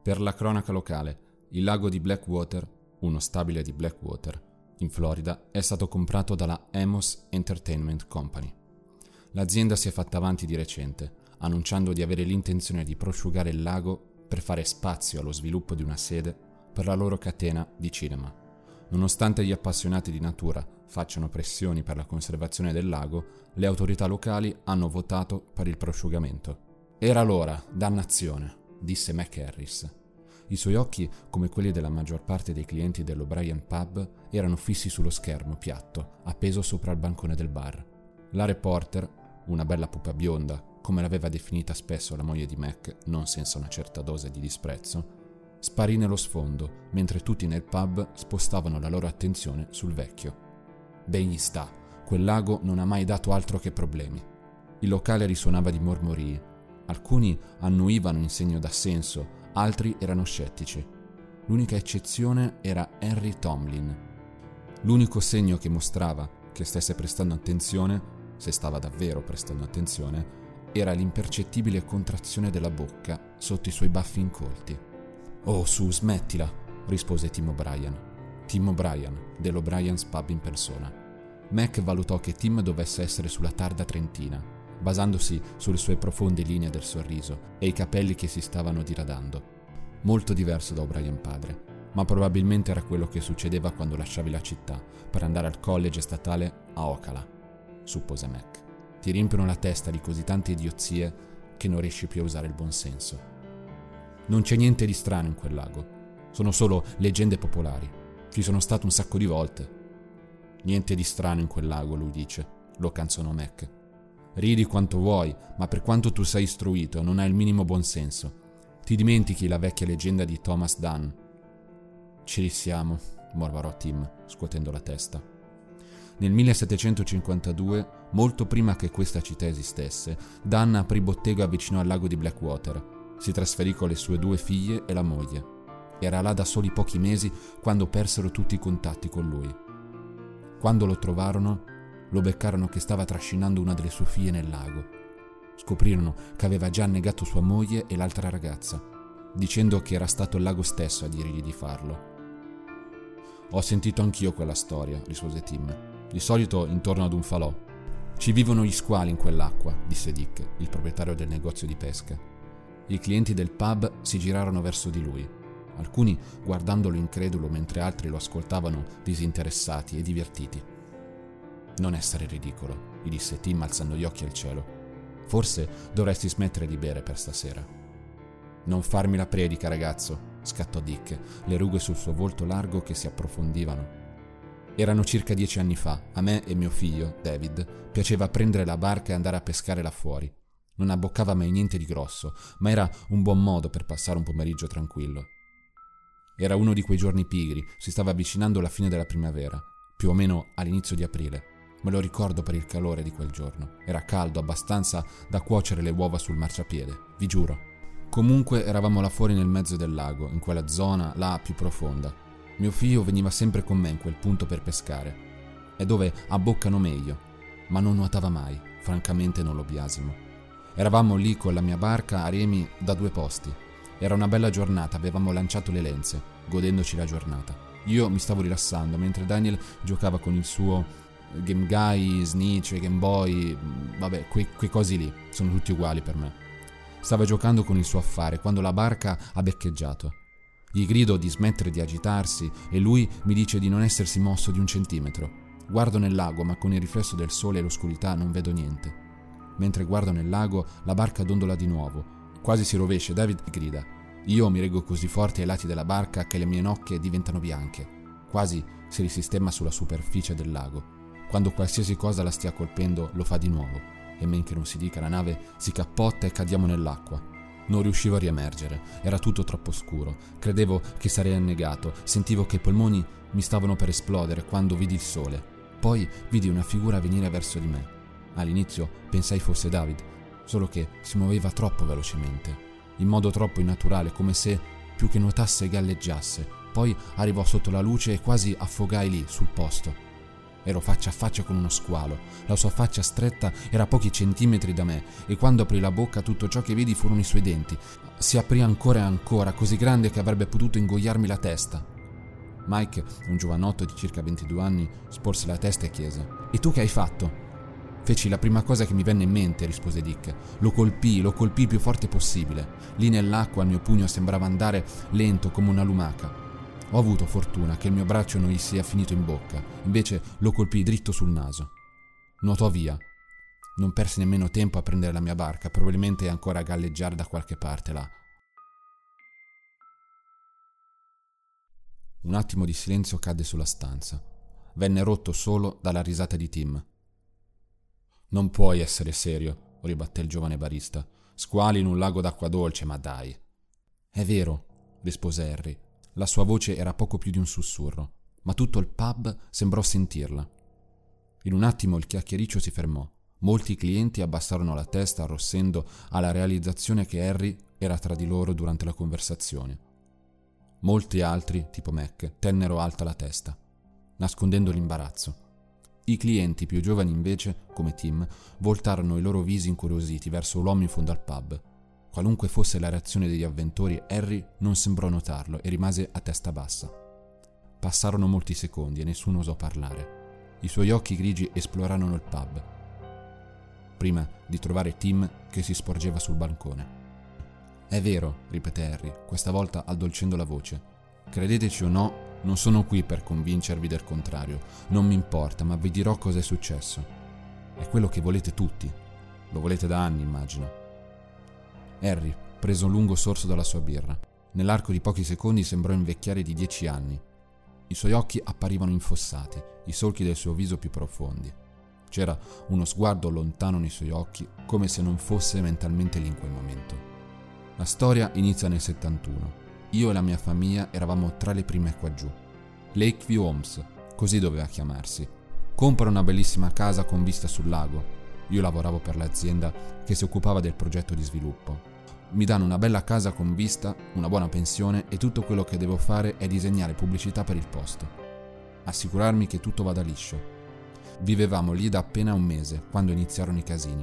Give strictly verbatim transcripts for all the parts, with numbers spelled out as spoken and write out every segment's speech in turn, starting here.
Per la cronaca locale, il lago di Blackwater, uno stabile di Blackwater, in Florida, è stato comprato dalla Amos Entertainment Company. L'azienda si è fatta avanti di recente, annunciando di avere l'intenzione di prosciugare il lago per fare spazio allo sviluppo di una sede per la loro catena di cinema. Nonostante gli appassionati di natura facciano pressioni per la conservazione del lago, le autorità locali hanno votato per il prosciugamento. Era l'ora, dannazione, disse Mac Harris. I suoi occhi, come quelli della maggior parte dei clienti dell'O'Brien Pub, erano fissi sullo schermo piatto, appeso sopra il bancone del bar. La reporter, una bella pupa bionda, come l'aveva definita spesso la moglie di Mac, non senza una certa dose di disprezzo, sparì nello sfondo, mentre tutti nel pub spostavano la loro attenzione sul vecchio. Ben gli sta, quel lago non ha mai dato altro che problemi. Il locale risuonava di mormorii. Alcuni annuivano in segno d'assenso, altri erano scettici. L'unica eccezione era Henry Tomlin. L'unico segno che mostrava che stesse prestando attenzione, se stava davvero prestando attenzione, era l'impercettibile contrazione della bocca sotto i suoi baffi incolti. «Oh, su, smettila», rispose Tim O'Brien. Tim O'Brien, dell'O'Brien's Pub in persona. Mac valutò che Tim dovesse essere sulla tarda trentina, basandosi sulle sue profonde linee del sorriso e i capelli che si stavano diradando. Molto diverso da O'Brien padre, ma probabilmente era quello che succedeva quando lasciavi la città per andare al college statale a Ocala, suppose Mac. Ti riempiono la testa di così tante idiozie che non riesci più a usare il buonsenso. Non c'è niente di strano in quel lago, sono solo leggende popolari. Ci sono stato un sacco di volte. Niente di strano in quel lago, lui dice, lo canzonò Mac. Ridi quanto vuoi, ma per quanto tu sei istruito non hai il minimo buonsenso. Ti dimentichi la vecchia leggenda di Thomas Dunn. Ci risiamo, mormorò Tim, scuotendo la testa. Nel millesettecentocinquantadue, molto prima che questa città esistesse, Dunn aprì bottega vicino al lago di Blackwater. Si trasferì con le sue due figlie e la moglie. Era là da soli pochi mesi quando persero tutti i contatti con lui. Quando lo trovarono, lo beccarono che stava trascinando una delle sue figlie nel lago. Scoprirono che aveva già annegato sua moglie e l'altra ragazza, dicendo che era stato il lago stesso a dirgli di farlo. «Ho sentito anch'io quella storia», rispose Tim. «Di solito intorno ad un falò. Ci vivono gli squali in quell'acqua», disse Dick, il proprietario del negozio di pesca. I clienti del pub si girarono verso di lui, alcuni guardandolo incredulo mentre altri lo ascoltavano disinteressati e divertiti. «Non essere ridicolo», gli disse Tim alzando gli occhi al cielo. «Forse dovresti smettere di bere per stasera». «Non farmi la predica, ragazzo», scattò Dick, le rughe sul suo volto largo che si approfondivano. «Erano circa dieci anni fa. A me e mio figlio, David, piaceva prendere la barca e andare a pescare là fuori. Non abboccava mai niente di grosso, ma era un buon modo per passare un pomeriggio tranquillo. Era uno di quei giorni pigri, si stava avvicinando la fine della primavera, più o meno all'inizio di aprile. Me lo ricordo per il calore di quel giorno. Era caldo, abbastanza da cuocere le uova sul marciapiede, vi giuro. Comunque eravamo là fuori nel mezzo del lago, in quella zona là più profonda. Mio figlio veniva sempre con me in quel punto per pescare. È dove abboccano meglio, ma non nuotava mai, francamente non lo biasimo. Eravamo lì con la mia barca a remi da due posti. Era una bella giornata, avevamo lanciato le lenze, godendoci la giornata. Io mi stavo rilassando, mentre Daniel giocava con il suo Game Guy, Snitch, Game Boy, vabbè, quei, quei cosi lì, sono tutti uguali per me. Stava giocando con il suo affare quando la barca ha beccheggiato. Gli grido di smettere di agitarsi e lui mi dice di non essersi mosso di un centimetro. Guardo nel lago, ma con il riflesso del sole e l'oscurità non vedo niente. Mentre guardo nel lago, la barca dondola di nuovo. Quasi si rovescia e David grida. Io mi reggo così forte ai lati della barca che le mie nocche diventano bianche. Quasi si risistema sulla superficie del lago. Quando qualsiasi cosa la stia colpendo, lo fa di nuovo. E men che non si dica, la nave si cappotta e cadiamo nell'acqua. Non riuscivo a riemergere. Era tutto troppo scuro. Credevo che sarei annegato. Sentivo che i polmoni mi stavano per esplodere quando vidi il sole. Poi vidi una figura venire verso di me. All'inizio pensai fosse David, solo che si muoveva troppo velocemente, in modo troppo innaturale, come se più che nuotasse galleggiasse. Poi arrivò sotto la luce e quasi affogai lì, sul posto. Ero faccia a faccia con uno squalo. La sua faccia stretta era a pochi centimetri da me e quando aprì la bocca tutto ciò che vidi furono i suoi denti. Si aprì ancora e ancora, così grande che avrebbe potuto ingoiarmi la testa. Mike, un giovanotto di circa ventidue anni, sporse la testa e chiese: «E tu che hai fatto?» «Feci la prima cosa che mi venne in mente», rispose Dick. «Lo colpii, lo colpii il più forte possibile. Lì nell'acqua il mio pugno sembrava andare lento come una lumaca. Ho avuto fortuna che il mio braccio non gli sia finito in bocca, invece lo colpii dritto sul naso. Nuotò via. Non persi nemmeno tempo a prendere la mia barca, probabilmente è ancora a galleggiare da qualche parte là». Un attimo di silenzio cadde sulla stanza. Venne rotto solo dalla risata di Tim. «Non puoi essere serio», ribatté il giovane barista. «Squali in un lago d'acqua dolce, ma dai». «È vero», rispose Harry. La sua voce era poco più di un sussurro, ma tutto il pub sembrò sentirla. In un attimo il chiacchiericcio si fermò. Molti clienti abbassarono la testa arrossendo alla realizzazione che Harry era tra di loro durante la conversazione. Molti altri, tipo Mac, tennero alta la testa, nascondendo l'imbarazzo. I clienti più giovani invece, come Tim, voltarono i loro visi incuriositi verso l'uomo in fondo al pub. Qualunque fosse la reazione degli avventori, Harry non sembrò notarlo e rimase a testa bassa. Passarono molti secondi e nessuno osò parlare. I suoi occhi grigi esplorarono il pub, prima di trovare Tim che si sporgeva sul bancone. «È vero», ripeté Harry, questa volta addolcendo la voce. «Credeteci o no, non sono qui per convincervi del contrario. Non mi importa, ma vi dirò cosa è successo. È quello che volete tutti. Lo volete da anni, immagino». Harry prese un lungo sorso dalla sua birra. Nell'arco di pochi secondi sembrò invecchiare di dieci anni. I suoi occhi apparivano infossati, i solchi del suo viso più profondi. C'era uno sguardo lontano nei suoi occhi, come se non fosse mentalmente lì in quel momento. La storia inizia nel settantuno. Io e la mia famiglia eravamo tra le prime qua giù. Lakeview Homes, così doveva chiamarsi. Compra una bellissima casa con vista sul lago. Io lavoravo per l'azienda che si occupava del progetto di sviluppo. Mi danno una bella casa con vista, una buona pensione e tutto quello che devo fare è disegnare pubblicità per il posto. Assicurarmi che tutto vada liscio. Vivevamo lì da appena un mese, quando iniziarono i casini.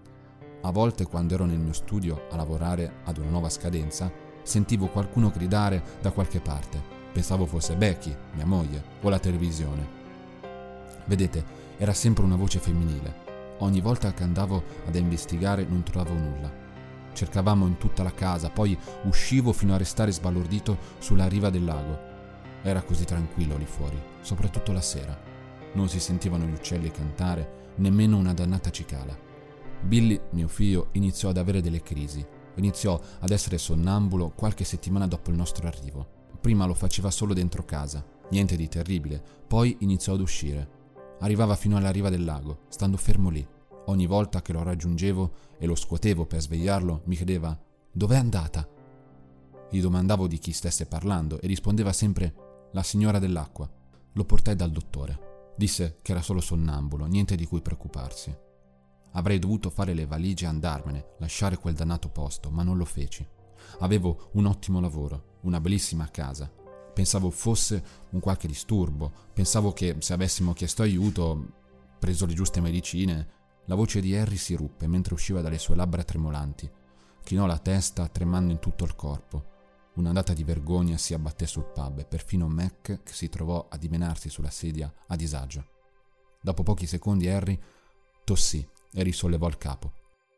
A volte, quando ero nel mio studio a lavorare ad una nuova scadenza, sentivo qualcuno gridare da qualche parte. Pensavo fosse Becky, mia moglie, o la televisione. Vedete, era sempre una voce femminile. Ogni volta che andavo ad investigare non trovavo nulla. Cercavamo in tutta la casa, poi uscivo fino a restare sbalordito sulla riva del lago. Era così tranquillo lì fuori, soprattutto la sera. Non si sentivano gli uccelli cantare, nemmeno una dannata cicala. Billy, mio figlio, iniziò ad avere delle crisi. Iniziò ad essere sonnambulo qualche settimana dopo il nostro arrivo. Prima lo faceva solo dentro casa, niente di terribile, poi iniziò ad uscire. Arrivava fino alla riva del lago, stando fermo lì. Ogni volta che lo raggiungevo e lo scuotevo per svegliarlo, mi chiedeva: «Dov'è andata?» Gli domandavo di chi stesse parlando e rispondeva sempre: «La signora dell'acqua». Lo portai dal dottore. Disse che era solo sonnambulo, niente di cui preoccuparsi. Avrei dovuto fare le valigie e andarmene, lasciare quel dannato posto, ma non lo feci. Avevo un ottimo lavoro, una bellissima casa. Pensavo fosse un qualche disturbo, pensavo che se avessimo chiesto aiuto, preso le giuste medicine. La voce di Harry si ruppe mentre usciva dalle sue labbra tremolanti. Chinò la testa, tremando in tutto il corpo. Un'ondata di vergogna si abbatté sul pub e perfino Mac che si trovò a dimenarsi sulla sedia a disagio. Dopo pochi secondi Harry tossì e risollevò il capo.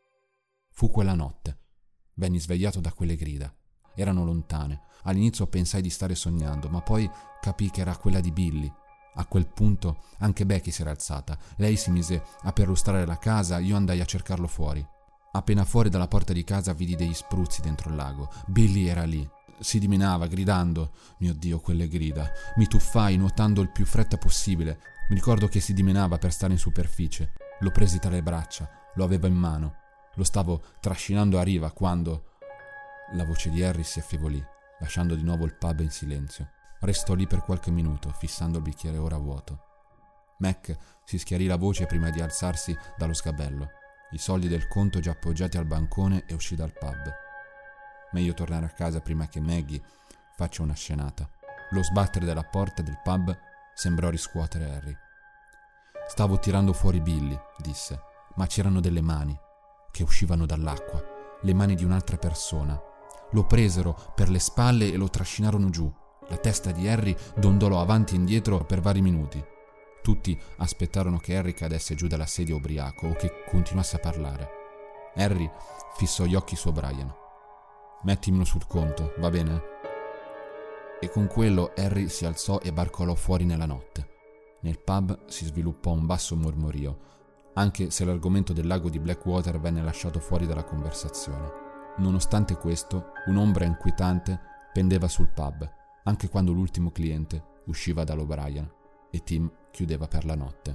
Fu quella notte. Venni svegliato da quelle grida. Erano lontane. All'inizio pensai di stare sognando, ma poi capii che era quella di Billy. A quel punto anche Becky si era alzata. Lei si mise a perlustrare la casa, io andai a cercarlo fuori. Appena fuori dalla porta di casa vidi degli spruzzi dentro il lago. Billy era lì. Si dimenava, gridando. Mio Dio, quelle grida. Mi tuffai, nuotando il più fretta possibile. Mi ricordo che si dimenava per stare in superficie. Lo presi tra le braccia, lo avevo in mano. Lo stavo trascinando a riva quando... La voce di Harry si affievolì, lasciando di nuovo il pub in silenzio. Restò lì per qualche minuto, fissando il bicchiere ora vuoto. Mac si schiarì la voce prima di alzarsi dallo sgabello, i soldi del conto già appoggiati al bancone, e uscì dal pub. Meglio tornare a casa prima che Maggie faccia una scenata. Lo sbattere della porta del pub sembrò riscuotere Harry. Stavo tirando fuori Billy, disse, ma c'erano delle mani che uscivano dall'acqua, le mani di un'altra persona. Lo presero per le spalle e lo trascinarono giù. La testa di Harry dondolò avanti e indietro per vari minuti. Tutti aspettarono che Harry cadesse giù dalla sedia ubriaco o che continuasse a parlare. Harry fissò gli occhi su O'Brien. «Mettimelo sul conto, va bene?» E con quello Harry si alzò e barcolò fuori nella notte. Nel pub si sviluppò un basso mormorio, anche se l'argomento del lago di Blackwater venne lasciato fuori dalla conversazione. Nonostante questo, un'ombra inquietante pendeva sul pub, anche quando l'ultimo cliente usciva dall'O'Brien e Tim chiudeva per la notte.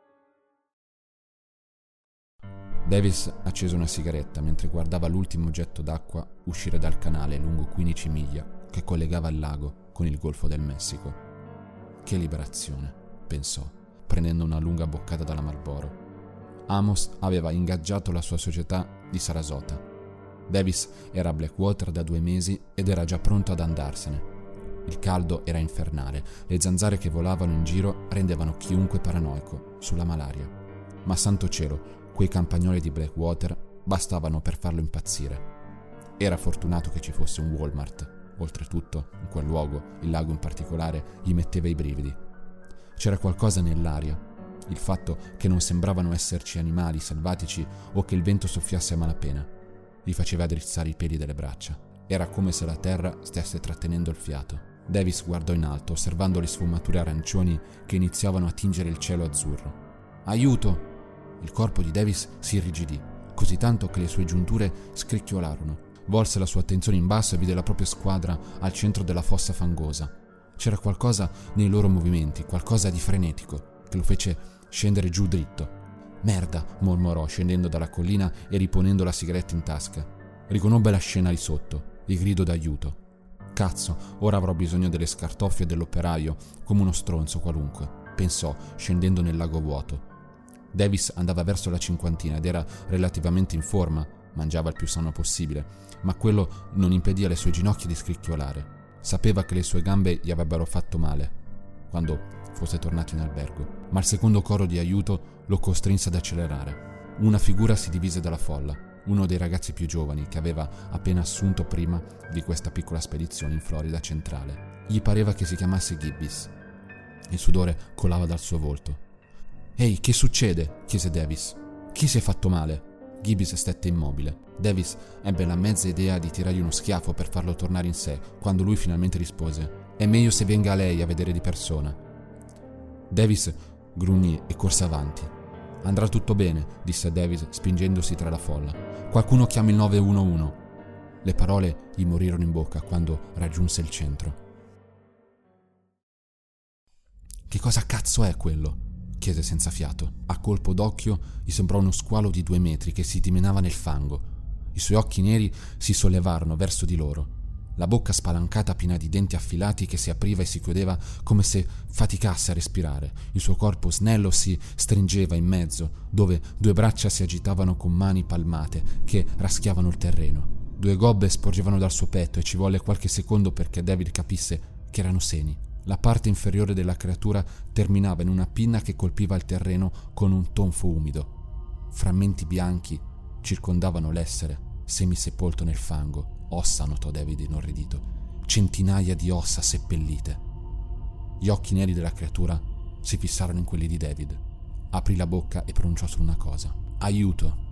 Davis accese una sigaretta mentre guardava l'ultimo getto d'acqua uscire dal canale lungo quindici miglia che collegava il lago con il Golfo del Messico. Che liberazione, pensò, prendendo una lunga boccata dalla Marlboro. Amos aveva ingaggiato la sua società di Sarasota. Davis era a Blackwater da due mesi ed era già pronto ad andarsene. Il caldo era infernale, le zanzare che volavano in giro rendevano chiunque paranoico sulla malaria. Ma santo cielo, quei campagnoli di Blackwater bastavano per farlo impazzire. Era fortunato che ci fosse un Walmart. Oltretutto, in quel luogo, il lago in particolare, gli metteva i brividi. C'era qualcosa nell'aria, il fatto che non sembravano esserci animali selvatici o che il vento soffiasse a malapena. Gli faceva drizzare i peli delle braccia. Era come se la terra stesse trattenendo il fiato. Davis guardò in alto, osservando le sfumature arancioni che iniziavano a tingere il cielo azzurro. «Aiuto!» Il corpo di Davis si irrigidì, così tanto che le sue giunture scricchiolarono. Volse la sua attenzione in basso e vide la propria squadra al centro della fossa fangosa. C'era qualcosa nei loro movimenti, qualcosa di frenetico, che lo fece scendere giù dritto. «Merda!» mormorò, scendendo dalla collina e riponendo la sigaretta in tasca. Riconobbe la scena lì sotto, il grido d'aiuto. «Cazzo, ora avrò bisogno delle scartoffie dell'operaio, come uno stronzo qualunque», pensò, scendendo nel lago vuoto. Davis andava verso la cinquantina ed era relativamente in forma, mangiava il più sano possibile, ma quello non impedì alle sue ginocchia di scricchiolare. Sapeva che le sue gambe gli avrebbero fatto male quando fosse tornato in albergo, ma il secondo coro di aiuto lo costrinse ad accelerare. Una figura si divise dalla folla, uno dei ragazzi più giovani che aveva appena assunto prima di questa piccola spedizione in Florida centrale. Gli pareva che si chiamasse Gibbis. Il sudore colava dal suo volto. «Ehi, che succede?» chiese Davis. «Chi si è fatto male?» Gibbis stette immobile. Davis ebbe la mezza idea di tirargli uno schiaffo per farlo tornare in sé, quando lui finalmente rispose: «È meglio se venga lei a vedere di persona». Davis grugnì e corse avanti. «Andrà tutto bene», disse Davis spingendosi tra la folla. «Qualcuno chiami il nove uno uno». Le parole gli morirono in bocca quando raggiunse il centro. «Che cosa cazzo è quello?» chiese senza fiato. A colpo d'occhio gli sembrò uno squalo di due metri che si dimenava nel fango. I suoi occhi neri si sollevarono verso di loro. La bocca spalancata piena di denti affilati che si apriva e si chiudeva come se faticasse a respirare. Il suo corpo snello si stringeva in mezzo, dove due braccia si agitavano con mani palmate che raschiavano il terreno. Due gobbe sporgevano dal suo petto e ci volle qualche secondo perché David capisse che erano seni. La parte inferiore della creatura terminava in una pinna che colpiva il terreno con un tonfo umido. Frammenti bianchi circondavano l'essere, semisepolto nel fango. Ossa, notò David inorridito. Centinaia di ossa seppellite. Gli occhi neri della creatura si fissarono in quelli di David. Aprì la bocca e pronunciò solo una cosa: «Aiuto!»